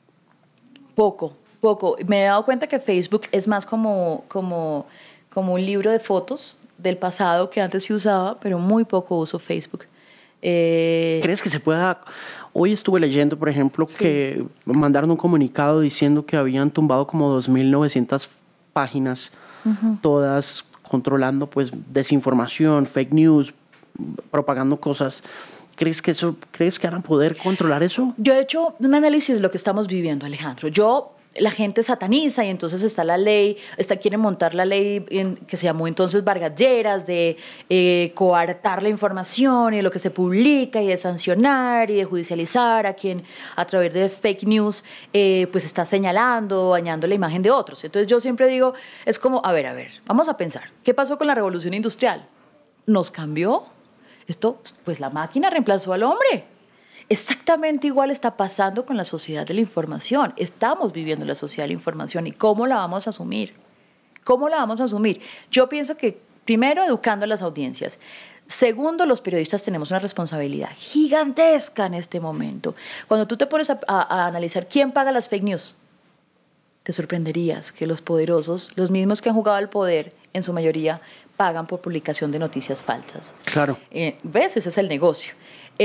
Me he dado cuenta que Facebook es más como un libro de fotos del pasado que antes se usaba, pero muy poco uso Facebook. ¿Crees que se pueda? Hoy estuve leyendo, por ejemplo, sí, que mandaron un comunicado diciendo que habían tumbado como 2.900 páginas, todas controlando pues desinformación, fake news, propagando cosas. ¿Crees que van a poder controlar eso? Yo he hecho un análisis de lo que estamos viviendo, Alejandro. La gente sataniza y entonces está la ley, quieren montar la ley que se llamó entonces Vargas Lleras, de coartar la información y de lo que se publica y de sancionar y de judicializar a quien a través de fake news pues está señalando, dañando la imagen de otros. Entonces yo siempre digo, es como, a ver, vamos a pensar, ¿qué pasó con la revolución industrial? ¿Nos cambió? Esto, pues la máquina reemplazó al hombre. Exactamente igual está pasando con la sociedad de la información. Estamos viviendo la sociedad de la información. ¿Y cómo la vamos a asumir? ¿Cómo la vamos a asumir? Yo pienso que, primero, educando a las audiencias. Segundo, los periodistas tenemos una responsabilidad gigantesca en este momento. Cuando tú te pones a analizar quién paga las fake news, te sorprenderías que los poderosos, los mismos que han jugado al poder, en su mayoría, pagan por publicación de noticias falsas. Claro. ¿Ves? Ese es el negocio.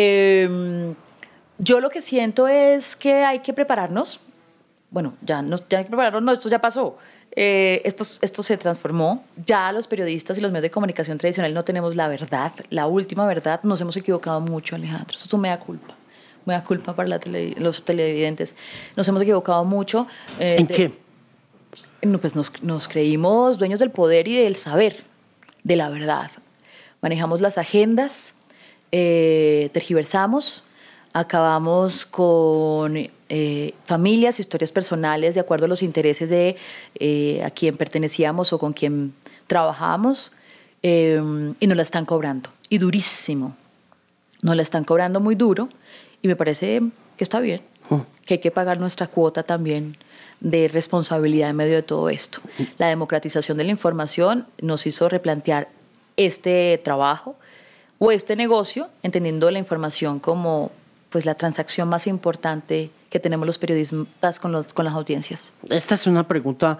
Yo lo que siento es que hay que prepararnos. Bueno, ya hay que prepararnos, no, esto ya pasó. Esto se transformó. Ya los periodistas y los medios de comunicación tradicional no tenemos la verdad, la última verdad. Nos hemos equivocado mucho, Alejandro. Eso es un mea culpa. Mea culpa para los televidentes. Nos hemos equivocado mucho. ¿En qué? No, pues nos creímos dueños del poder y del saber, de la verdad. Manejamos las agendas, tergiversamos, acabamos con familias, historias personales de acuerdo a los intereses de a quien pertenecíamos o con quien trabajábamos, y nos la están cobrando, y durísimo. Nos la están cobrando muy duro y me parece que está bien, que hay que pagar nuestra cuota también de responsabilidad en medio de todo esto. La democratización de la información nos hizo replantear este trabajo o este negocio, entendiendo la información como pues la transacción más importante que tenemos los periodistas con las audiencias. Esta es una pregunta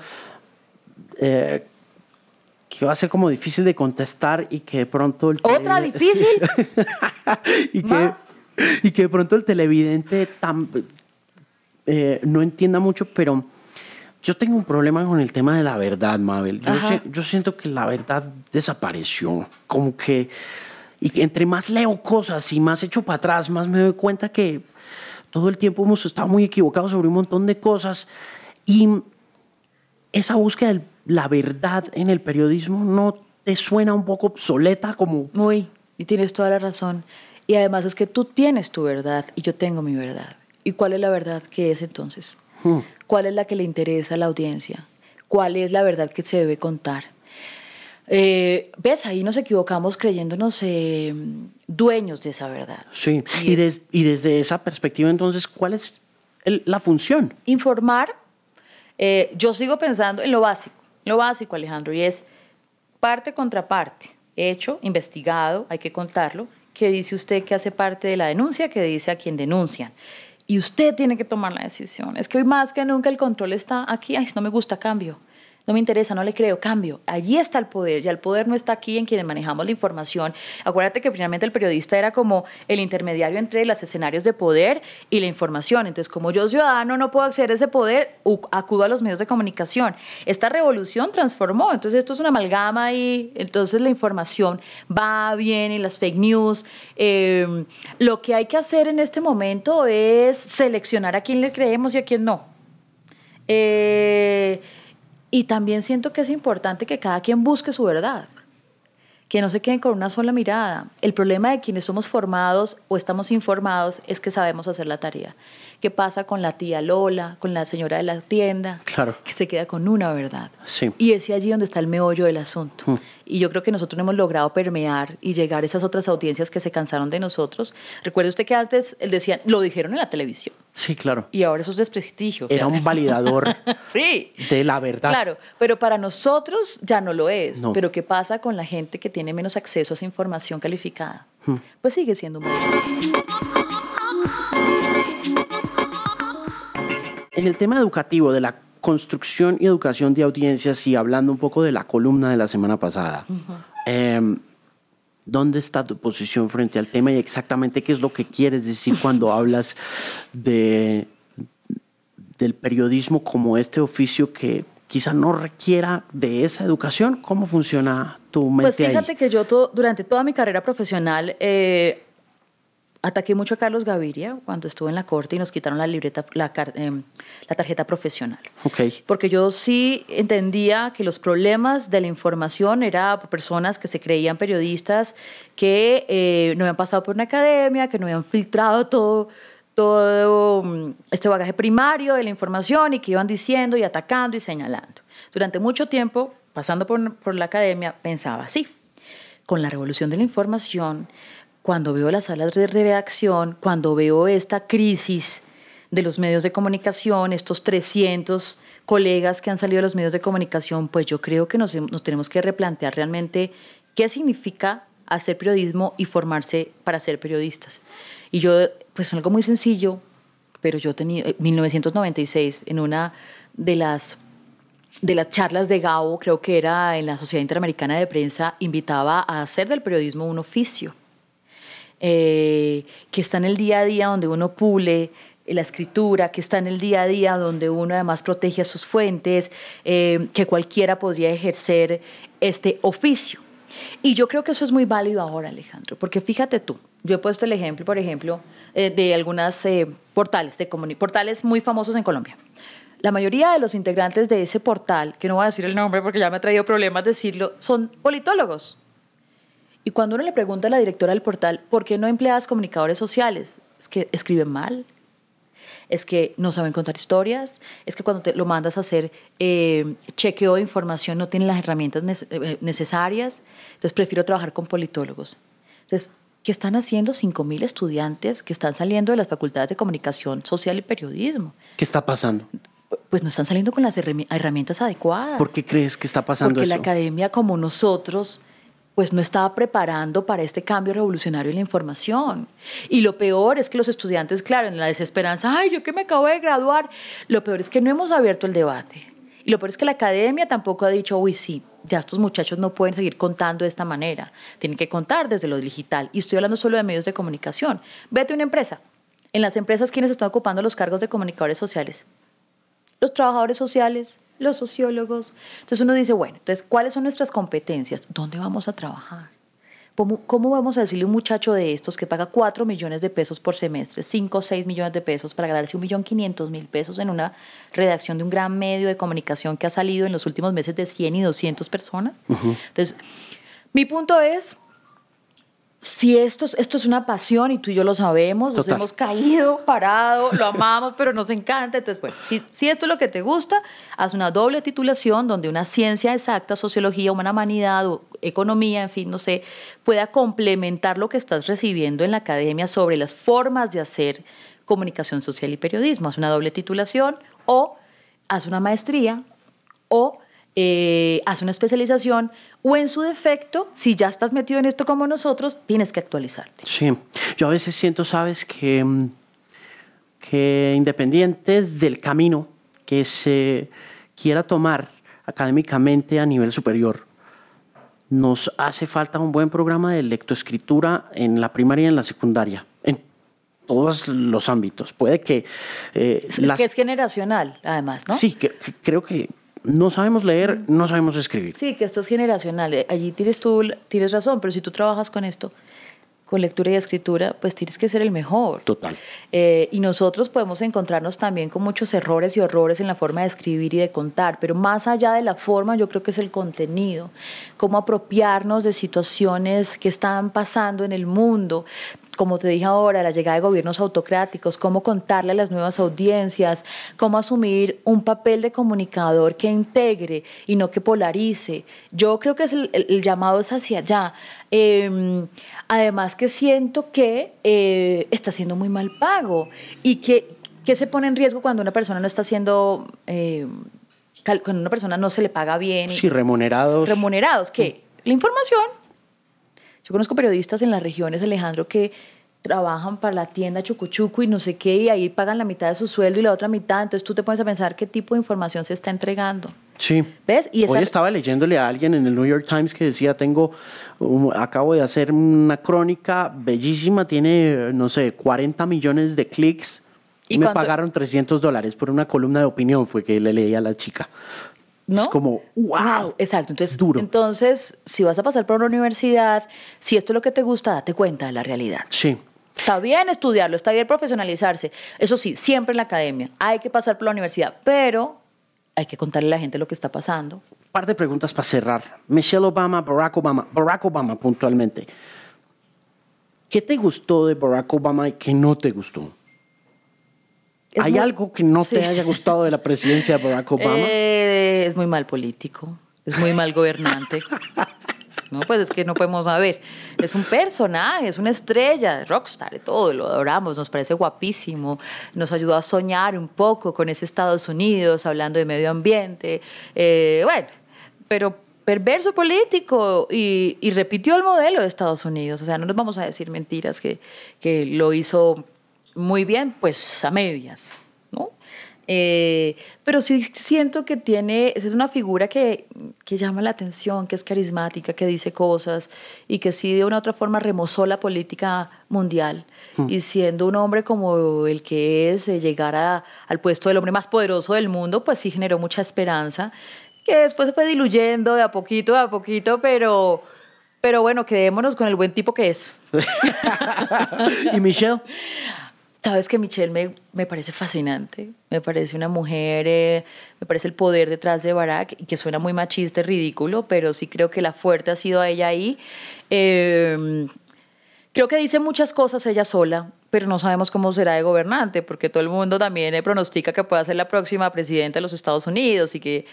que va a ser como difícil de contestar y que de pronto... ¿Otra difícil? y que de pronto el televidente no entienda mucho, pero yo tengo un problema con el tema de la verdad, Mabel. Yo siento que la verdad desapareció, como que... Y que entre más leo cosas y más echo para atrás, más me doy cuenta que todo el tiempo hemos estado muy equivocados sobre un montón de cosas. Y esa búsqueda de la verdad en el periodismo, ¿no te suena un poco obsoleta? Como... Muy, y tienes toda la razón. Y además es que tú tienes tu verdad y yo tengo mi verdad. ¿Y cuál es la verdad que es entonces? ¿Cuál es la que le interesa a la audiencia? ¿Cuál es la verdad que se debe contar? ¿Ves? Ahí nos equivocamos creyéndonos dueños de esa verdad. Sí, y desde esa perspectiva, entonces, ¿cuál es la función? Informar. Yo sigo pensando en lo básico, Alejandro, y es parte contra parte, hecho, investigado, hay que contarlo. ¿Qué dice usted que hace parte de la denuncia? ¿Qué dice a quien denuncian? Y usted tiene que tomar la decisión. Es que hoy más que nunca el control está aquí. Ay, no me gusta, cambio. no me interesa, no le creo, cambio. Allí está el poder, ya el poder no está aquí en quienes manejamos la información. Acuérdate que finalmente el periodista era como el intermediario entre los escenarios de poder y la información. Entonces, como yo ciudadano no puedo acceder a ese poder, acudo a los medios de comunicación. Esta revolución transformó, entonces esto es una amalgama y entonces la información va, viene, y las fake news. Lo que hay que hacer en este momento es seleccionar a quién le creemos y a quién no. Y también siento que es importante que cada quien busque su verdad, que no se queden con una sola mirada. El problema de quienes somos formados o estamos informados es que sabemos hacer la tarea. ¿Qué pasa con la tía Lola, con la señora de la tienda? Claro. Que se queda con una verdad. Sí. Y es allí donde está el meollo del asunto. Y yo creo que nosotros no hemos logrado permear y llegar a esas otras audiencias que se cansaron de nosotros. Recuerde usted que antes él decía, lo dijeron en la televisión. Sí, claro. Y ahora eso es desprestigio. Era un validador sí, de la verdad. Claro, pero para nosotros ya no lo es. No. Pero ¿qué pasa con la gente que tiene menos acceso a esa información calificada? Pues sigue siendo un validador. En el tema educativo, de la construcción y educación de audiencias, y hablando un poco de la columna de la semana pasada, ¿dónde está tu posición frente al tema y exactamente qué es lo que quieres decir cuando hablas del periodismo como este oficio que quizá no requiera de esa educación? ¿Cómo funciona tu mente Pues fíjate ahí? que yo durante toda mi carrera profesional ataqué mucho a Carlos Gaviria cuando estuve en la corte y nos quitaron la tarjeta profesional. Okay. Porque yo sí entendía que los problemas de la información eran por personas que se creían periodistas, que no habían pasado por una academia, que no habían filtrado todo este bagaje primario de la información y que iban diciendo y atacando y señalando. Durante mucho tiempo, pasando por la academia, pensaba así. Con la revolución de la información, cuando veo las salas de redacción, cuando veo esta crisis de los medios de comunicación, estos 300 colegas que han salido de los medios de comunicación, pues yo creo que nos tenemos que replantear realmente qué significa hacer periodismo y formarse para ser periodistas. Y yo, pues algo muy sencillo, pero yo tenía, en 1996, en una de las charlas de Gabo, creo que era en la Sociedad Interamericana de Prensa, invitaba a hacer del periodismo un oficio. Que está en el día a día donde uno pule la escritura, que está en el día a día donde uno además protege a sus fuentes, que cualquiera podría ejercer este oficio. Y yo creo que eso es muy válido ahora, Alejandro, porque fíjate tú, yo he puesto el ejemplo, por ejemplo, de algunos portales muy famosos en Colombia. La mayoría de los integrantes de ese portal, que no voy a decir el nombre porque ya me ha traído problemas decirlo, son politólogos. Y cuando uno le pregunta a la directora del portal, ¿por qué no empleas comunicadores sociales? Es que escriben mal, es que no saben contar historias, es que cuando te lo mandas a hacer chequeo de información no tienen las herramientas necesarias. Entonces prefiero trabajar con politólogos. Entonces, ¿qué están haciendo 5.000 estudiantes que están saliendo de las facultades de comunicación social y periodismo? ¿Qué está pasando? Pues no están saliendo con las herramientas adecuadas. ¿Por qué crees que está pasando Porque eso? la academia, como nosotros, pues no estaba preparando para este cambio revolucionario en la información. Y lo peor es que los estudiantes, claro, en la desesperanza, ay, yo que me acabo de graduar, lo peor es que no hemos abierto el debate. Y lo peor es que la academia tampoco ha dicho, uy, sí, ya estos muchachos no pueden seguir contando de esta manera, tienen que contar desde lo digital. Y estoy hablando solo de medios de comunicación. Vete a una empresa. En las empresas, ¿quiénes están ocupando los cargos de comunicadores sociales? Los trabajadores sociales, los sociólogos. Entonces uno dice, bueno, entonces, ¿cuáles son nuestras competencias? ¿Dónde vamos a trabajar? ¿Cómo vamos a decirle a un muchacho de estos que paga 4 millones de pesos por semestre, 5 o 6 millones de pesos para ganarse 1.500.000 pesos en una redacción de un gran medio de comunicación que ha salido en los últimos meses de 100 y 200 personas? Entonces, mi punto es, si esto es una pasión y tú y yo lo sabemos, nos hemos caído, parado, lo amamos, pero nos encanta. Entonces, bueno, si esto es lo que te gusta, haz una doble titulación donde una ciencia exacta, sociología, humanidad, o economía, en fin, no sé, pueda complementar lo que estás recibiendo en la academia sobre las formas de hacer comunicación social y periodismo. Haz una doble titulación o haz una maestría o haz una especialización o en su defecto, si ya estás metido en esto como nosotros, tienes que actualizarte. Sí, yo a veces siento, sabes, que independiente del camino que se quiera tomar académicamente a nivel superior, nos hace falta un buen programa de lectoescritura en la primaria y en la secundaria, en todos los ámbitos. Puede que... Es que es generacional, además, ¿no? Sí, creo que no sabemos leer, no sabemos escribir. Sí, que esto es generacional. Allí tienes razón, pero si tú trabajas con esto, con lectura y escritura, pues tienes que ser el mejor. Total. Y nosotros podemos encontrarnos también con muchos errores y horrores en la forma de escribir y de contar, pero más allá de la forma, yo creo que es el contenido, cómo apropiarnos de situaciones que están pasando en el mundo. Como te dije ahora, la llegada de gobiernos autocráticos, cómo contarle a las nuevas audiencias, cómo asumir un papel de comunicador que integre y no que polarice. Yo creo que el llamado es hacia allá. Además que siento que está siendo muy mal pago y que se pone en riesgo cuando una persona no está haciendo... cuando una persona no se le paga bien. Sí, remunerados. Remunerados, ¿qué? La información. Yo conozco periodistas en las regiones, Alejandro, que trabajan para la tienda Chucuchuco y no sé qué, y ahí pagan la mitad de su sueldo y la otra mitad. Entonces tú te pones a pensar qué tipo de información se está entregando. Sí. ¿Ves? Hoy estaba leyéndole a alguien en el New York Times que decía, acabo de hacer una crónica bellísima, tiene, no sé, 40 millones de clics y me pagaron $300 por una columna de opinión, fue que le leí a la chica. ¿No? Es como, wow. Exacto. Entonces, si vas a pasar por una universidad, si esto es lo que te gusta, date cuenta de la realidad. Sí. Está bien estudiarlo, está bien profesionalizarse. Eso sí, siempre en la academia. Hay que pasar por la universidad, pero hay que contarle a la gente lo que está pasando. Un par de preguntas para cerrar. Michelle Obama, Barack Obama puntualmente. ¿Qué te gustó de Barack Obama y qué no te gustó? ¿Hay algo que no te haya gustado de la presidencia de Barack Obama? Es muy mal político, es muy mal gobernante. No, pues es que no podemos saber. Es un personaje, es una estrella, rockstar, y todo, lo adoramos, nos parece guapísimo, nos ayudó a soñar un poco con ese Estados Unidos, hablando de medio ambiente. Bueno, pero perverso político y repitió el modelo de Estados Unidos. O sea, no nos vamos a decir mentiras que lo hizo muy bien, pues a medias, ¿no? Pero sí siento que es una figura que llama la atención, que es carismática, que dice cosas y que sí de una u otra forma remozó la política mundial. Y siendo un hombre como el que es, llegar al puesto del hombre más poderoso del mundo, pues sí generó mucha esperanza, que después se fue diluyendo de a poquito, pero bueno, quedémonos con el buen tipo que es. ¿Y Michelle? Sabes que Michelle me parece fascinante, me parece una mujer, me parece el poder detrás de Barack, y que suena muy machista y ridículo, pero sí creo que la fuerte ha sido a ella ahí. Creo que dice muchas cosas ella sola, pero no sabemos cómo será de gobernante, porque todo el mundo también pronostica que pueda ser la próxima presidenta de los Estados Unidos y que...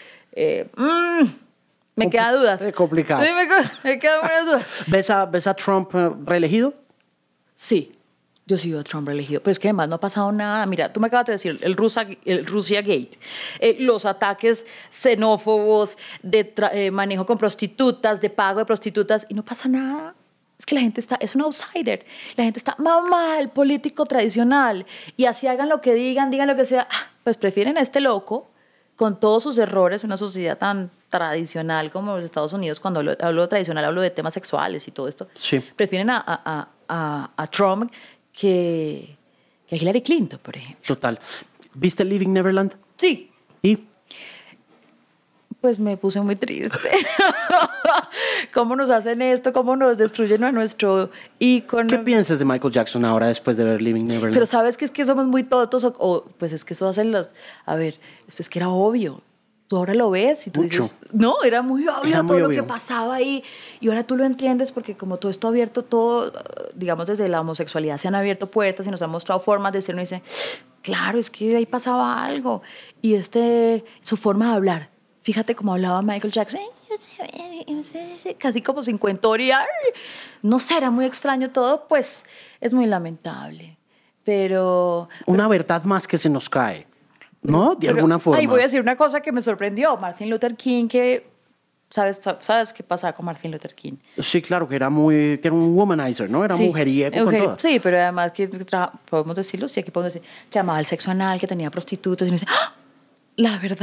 me quedan dudas. Es complicado. Sí, me quedan buenas dudas. ¿Ves a Trump reelegido? Sí. Yo sí veo a Trump reelegido, pero es que además no ha pasado nada. Mira, tú me acabas de decir el Russia Gate, los ataques xenófobos, de manejo con prostitutas, de pago de prostitutas, y no pasa nada. Es que la gente es un outsider, la gente está mamá, el político tradicional, y así hagan lo que digan lo que sea, pues prefieren a este loco, con todos sus errores, una sociedad tan tradicional como los Estados Unidos. Cuando hablo de tradicional, hablo de temas sexuales y todo esto. Sí. Prefieren a Trump que Hillary Clinton, por ejemplo. Total. ¿Viste Leaving Neverland? Sí. ¿Y? Pues me puse muy triste. ¿Cómo nos hacen esto? ¿Cómo nos destruyen a nuestro ícono? ¿Qué piensas de Michael Jackson ahora después de ver Leaving Neverland? Pero sabes que es que somos muy tontos, pues es que eso hacen los... A ver, es que era obvio. Tú ahora lo ves y tú dices, no, era muy obvio lo que pasaba ahí. Y ahora tú lo entiendes porque como todo esto ha abierto todo, digamos desde la homosexualidad se han abierto puertas y nos han mostrado formas de ser. Uno dice, claro, es que ahí pasaba algo. Y su forma de hablar, fíjate cómo hablaba Michael Jackson, casi como cincuentoria. No sé, era muy extraño todo, pues es muy lamentable. Pero... Una verdad más que se nos cae. ¿No? De alguna forma. Voy a decir una cosa que me sorprendió. Martin Luther King, que... ¿Sabes qué pasaba con Martin Luther King? Sí, claro, que era un womanizer, ¿no? Era mujeriego con todo. Sí, pero además, podemos decirlo, sí, aquí podemos decir, que amaba el sexo anal, que tenía prostitutas, y me dice, ¡ah! La verdad.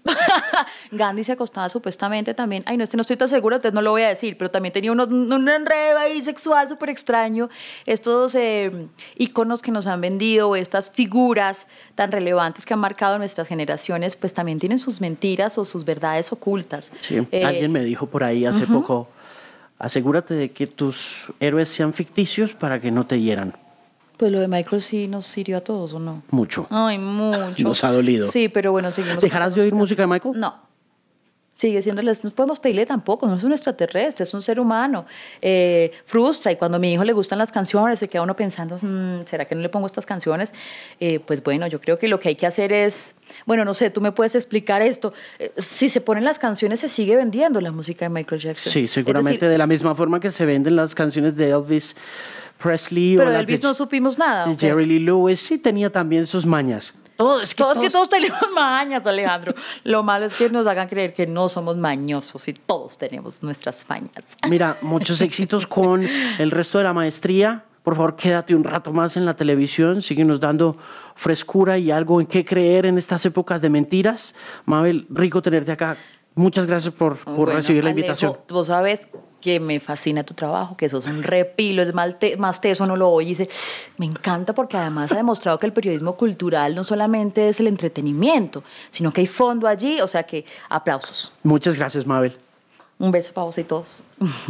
Gandhi se acostaba supuestamente también, ay no, no estoy tan segura, entonces no lo voy a decir, pero también tenía un enredo ahí sexual súper extraño. Estos íconos que nos han vendido, estas figuras tan relevantes que han marcado nuestras generaciones, pues también tienen sus mentiras o sus verdades ocultas. Sí, alguien me dijo por ahí hace poco, asegúrate de que tus héroes sean ficticios para que no te hieran. Pues lo de Michael sí nos sirvió a todos, ¿o no? Mucho. Ay, mucho. Nos ha dolido. Sí, pero bueno, seguimos. ¿Dejarás de oír música de Michael? No. Sigue siendo, no podemos pedirle tampoco, no es un extraterrestre, es un ser humano. Frustra, y cuando a mi hijo le gustan las canciones, se queda uno pensando, ¿será que no le pongo estas canciones? Pues bueno, yo creo que lo que hay que hacer es, bueno, no sé, tú me puedes explicar esto. Si se ponen las canciones, se sigue vendiendo la música de Michael Jackson. Sí, seguramente, es decir, de la misma forma que se venden las canciones de Elvis Presley. Pero o de Elvis no supimos nada. Jerry Lee Lewis sí tenía también sus mañas. Todos tenemos mañas, Alejandro. Lo malo es que nos hagan creer que no somos mañosos y todos tenemos nuestras mañas. Mira, muchos éxitos con el resto de la maestría. Por favor, quédate un rato más en la televisión. Síguenos dando frescura y algo en qué creer en estas épocas de mentiras. Mabel, rico tenerte acá. Muchas gracias por recibir la invitación. Alejo, vos sabes que me fascina tu trabajo, que sos un repilo, es más teso, no lo oye y dice, me encanta porque además ha demostrado que el periodismo cultural no solamente es el entretenimiento, sino que hay fondo allí, o sea que aplausos. Muchas gracias, Mabel. Un beso para vos y todos.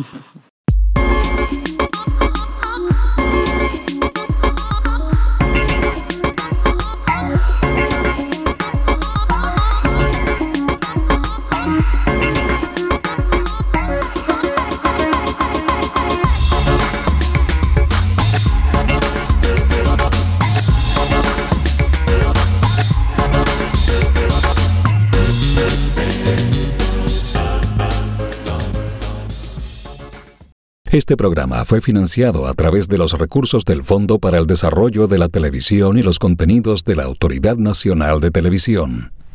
Este programa fue financiado a través de los recursos del Fondo para el Desarrollo de la Televisión y los Contenidos de la Autoridad Nacional de Televisión.